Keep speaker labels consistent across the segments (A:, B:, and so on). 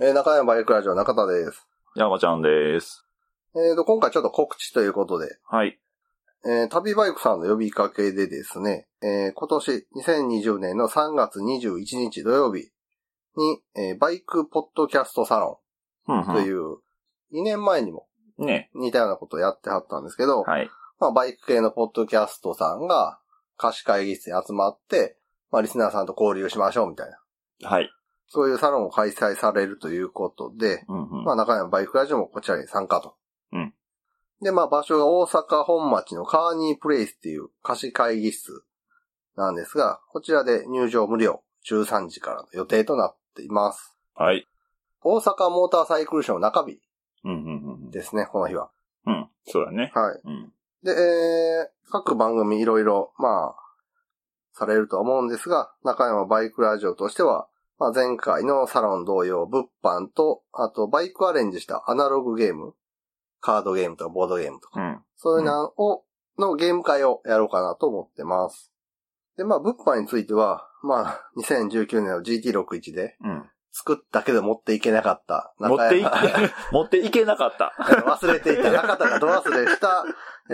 A: 中山バイクラジオ中田です。
B: 山ちゃんです。
A: 今回ちょっと告知ということで。
B: はい。
A: 旅バイクさんの呼びかけでですね、今年2020年の3月21日土曜日に、バイクポッドキャストサロンという、2年前にも似たようなことをやってはったんですけど、
B: はい。
A: まあバイク系のポッドキャストさんが貸し会議室に集まって、まあリスナーさんと交流しましょうみたいな。
B: はい。
A: そういうサロンを開催されるということで、まあ中山バイクラジオもこちらに参加と。で、まあ場所が大阪本町のカーニープレイスっていう貸し会議室なんですが、こちらで入場無料13時からの予定となっています。
B: はい。
A: 大阪モーターサイクルショー中日ですね、この日は。
B: うん、そうだね。
A: はい。で、各番組いろいろ、まあ、されるとは思うんですが、中山バイクラジオとしては、まあ、前回のサロン同様、物販と、あとバイクアレンジしたアナログゲーム、カードゲームとかボードゲームとか、そういうののゲーム会をやろうかなと思ってます。で、まあ、物販については、まあ、2019年の GT61 で、作ったけど持っていけなかった。
B: 持っていけなかった。
A: 忘れていた。中田がド忘れした、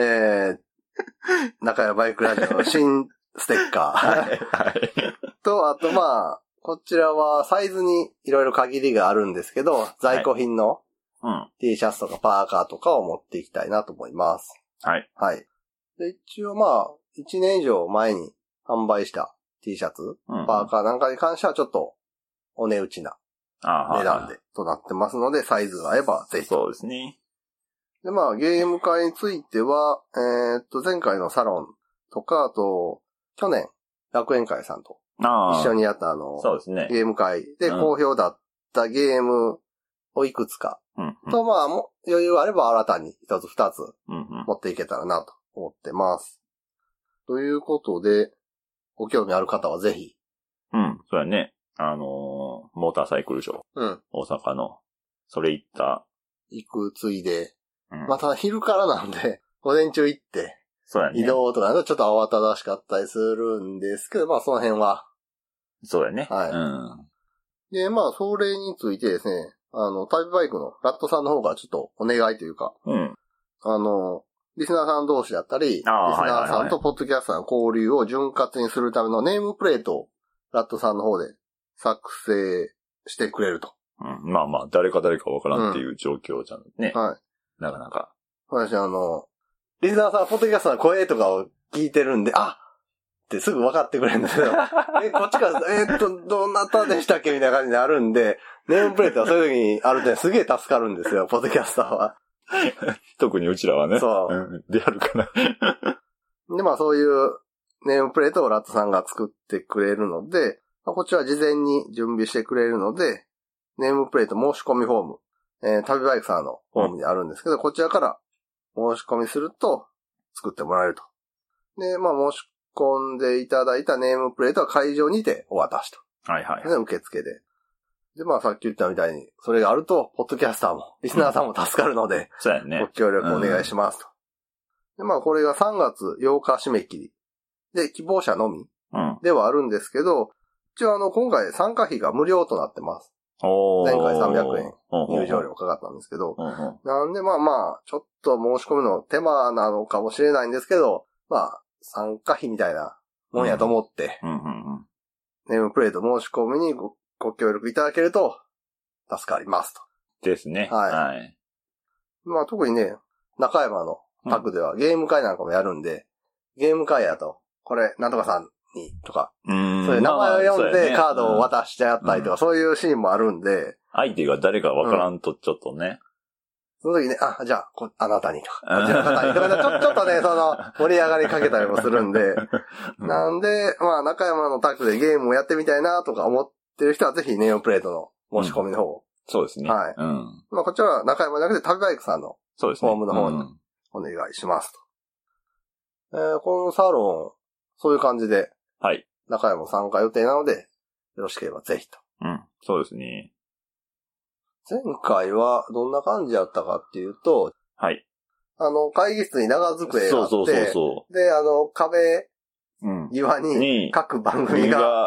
A: 中山バイクラジオの新ステッカー。はい。と、あとまあ、こちらはサイズにいろいろ限りがあるんですけど、在庫品の T シャツとかパーカーとかを持っていきたいなと思います。
B: はい。
A: はい。で、一応まあ、1年以上前に販売した T シャツ、パーカーなんかに関してはちょっとお値打ちな値段でとなってますので、サイズが合えばぜひ。
B: そうですね。
A: で、まあ、ゲーム会については、前回のサロンとか、あと、去年、楽園会さんと一緒にやった
B: そうですね。
A: ゲーム会で好評だったゲームをいくつか、と、まあ、余裕あれば新たに一つ二つ持っていけたらなと思ってます。ということで、ご興味ある方はぜひ。
B: そうやね。モーターサイクルショー。大阪の。それ行
A: くついで。まあ、ただ昼からなんで、午前中行って、
B: そうやね。
A: 移動とかだとちょっと慌ただしかったりするんですけど、まあその辺は。
B: そうやね。
A: はい。で、まあそれについてですね、旅バイクのラットさんの方がちょっとお願いというか、リスナーさん同士だったり、リスナーさんとポッドキャスターの交流を潤滑にするためのネームプレートをラットさんの方で作成してくれると。
B: まあまあ、誰かわからんっていう状況じゃんね。
A: はい。
B: なかなか。
A: 私リスナーさん、ポッドキャストの声とかを聞いてるんで、ってすぐ分かってくれるんですけど、こっちから、どなたでしたっけみたいな感じになるんで、ネームプレートはそういう時にあるんですげえ助かるんですよ、ポッドキャスターは。
B: 特にうちらはね。
A: そう。
B: であるかな。
A: で、まあそういうネームプレートをラットさんが作ってくれるので、こっちは事前に準備してくれるので、ネームプレート申し込みフォーム、旅バイクさんのフォームにあるんですけど、こちらから申し込みすると作ってもらえると。で、まあ申し込んでいただいたネームプレートは会場にてお渡しと。受付で。で、まあさっき言ったみたいに、それがあると、ポッドキャスターも、リスナーさんも助かるので、
B: そうやね。
A: ご協力お願いしますと。で、まあこれが3月8日締め切り。で、希望者のみではあるんですけど、一応今回参加費が無料となってます。前回300円入場料かかったんですけど、なんでまあ、ちょっと申し込むの手間なのかもしれないんですけど、まあ、参加費みたいなもんやと思って、ネームプレート申し込みにご協力いただけると助かりますと。
B: ですね。
A: はい。まあ特にね、中山のタクではゲーム会なんかもやるんで、ゲーム会やと、これ、なんとかさんにとか、そういう名前を読んでカードを渡してやったりとか、そういうシーンもあるんで。
B: 相手が誰かわからんとちょっとね。
A: その時ね、じゃあ、あなたにとか、あなたにとか、ちょっとね、盛り上がりかけたりもするんで、なんで、まあ、中山のタクでゲームをやってみたいなとか思ってる人はぜひネームプレートの申し込みの方を。
B: そうですね。
A: はい。まあ、こちらは中山じゃなくて旅バイクさんのフォームの方にお願いしますと。このサロン、そういう感じで、
B: はい。
A: 中山参加予定なので、よろしければぜひと。
B: そうですね。
A: 前回はどんな感じだったかっていうと、
B: はい。
A: 会議室に長机があって、
B: そう。
A: で、壁、際に各番組が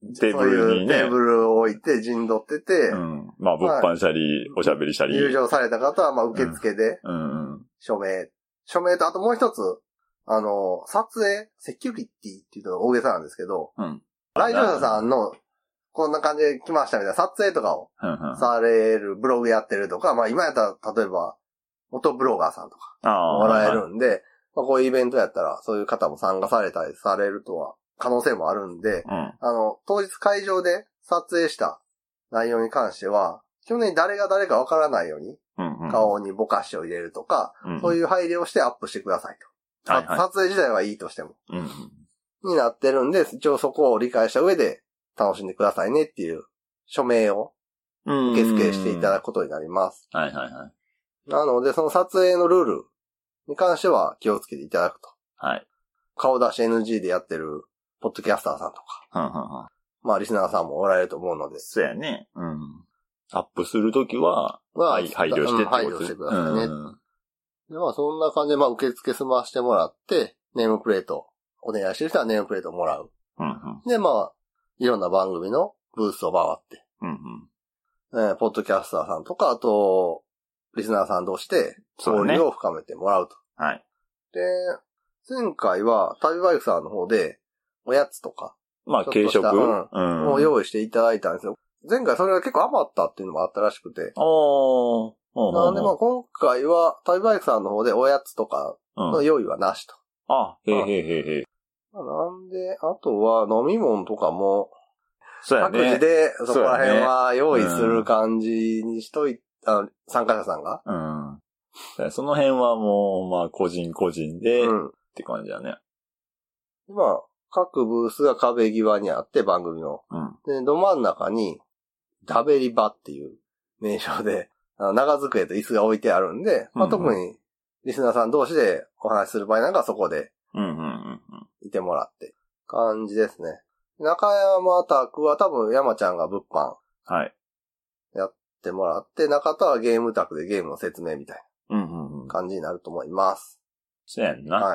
B: テーブルにね。
A: テーブルを置いて陣取ってて、
B: まあ、物販したり、おしゃべりしたり。
A: 入場された方は、まあ、受付で、署名と、あともう一つ、撮影、セキュリティっていうのが大げさなんですけど、来場者さんの、こんな感じで来ましたみたいな撮影とかをされる、ブログやってるとか、まあ今やったら、例えば、元ブロガーさんとか、もらえるんで、まあこういうイベントやったら、そういう方も参加されたりされるとは、可能性もあるんで、当日会場で撮影した内容に関しては、基本的に誰が誰かわからないように、顔にぼかしを入れるとか、そういう配慮をしてアップしてくださいと。撮影自体はいいとしても。になってるんで、一応そこを理解した上で楽しんでくださいねっていう署名を受付していただくことになります。なので、その撮影のルールに関しては気をつけていただくと。顔出し NG でやってるポッドキャスターさんとか。まあ、リスナーさんもおられると思うので。
B: そうやね。アップするときは、配慮してってこと
A: 配慮してくださいね。で、まあ、そんな感じで、まあ、受付済ましてもらって、ネームプレート、お願いしてる人はネームプレートをもらう。で、まあ、いろんな番組のブースを回って、ポッドキャスターさんとか、あと、リスナーさん同士で交流を深めてもらうと。で、前回は、旅バイクさんの方で、おやつとか、
B: まあ、軽食
A: を用意していただいたんですよ。前回それが結構余ったっていうのもあったらしくて。なのでまあ今回は旅バイクさんの方でおやつとかの用意はなしと。
B: なん
A: で、あとは飲み物とかも、
B: 各
A: 自でそこら辺は用意する感じにしといた、参加者さんが。
B: その辺はもう、まあ個人個人で、って感じだね。
A: まあ、各ブースが壁際にあって番組の。で、ど真ん中に、ダベリバっていう名称で、長机と椅子が置いてあるんで、まあ、特にリスナーさん同士でお話しする場合なんかはそこで、いてもらって、感じですね。中山拓は多分山ちゃんが物販、やってもらって、中田はゲーム卓でゲームの説明みたいな感じになると思います。
B: そうやんな。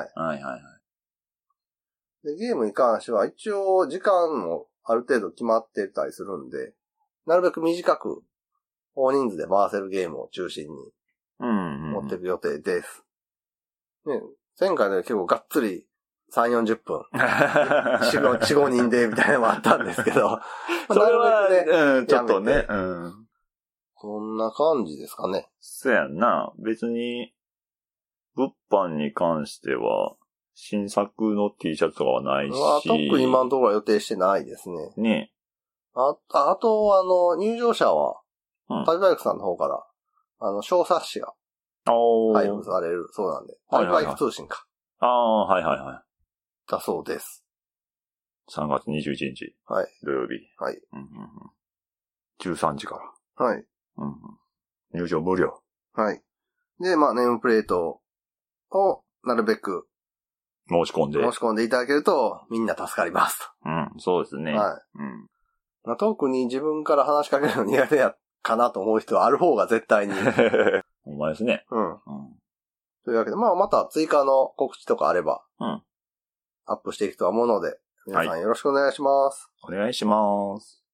A: で、ゲームに関しては一応時間もある程度決まってたりするんで、なるべく短く大人数で回せるゲームを中心に持っていく予定です。ね、前回で結構がっつり3、40分4、5人でみたいなのもあったんですけど
B: それはね、ちょっとね、
A: こんな感じですかね。
B: そうやんな。別に物販に関しては新作の T シャツとかはないし。
A: 特に今のところは予定してないですね。
B: ね。
A: あと、入場者は、旅バイクさんの方から、小冊子が、配布されるそうなんで。旅バイク通信か。だそうです。
B: 3月21日。土曜日。13時から。入場無料。で、まあ、ネームプレートを、なるべく、 申し込ん
A: でいただけると、みんな助かりますと。
B: そうですね。
A: まあ、特に自分から話しかけるの苦手やかなと思う人はある方が絶対に。
B: ほんまですね。
A: というわけで、まあ、また追加の告知とかあれば、アップしていくとは思うので、皆さんよろしくお願いします。
B: お願いします。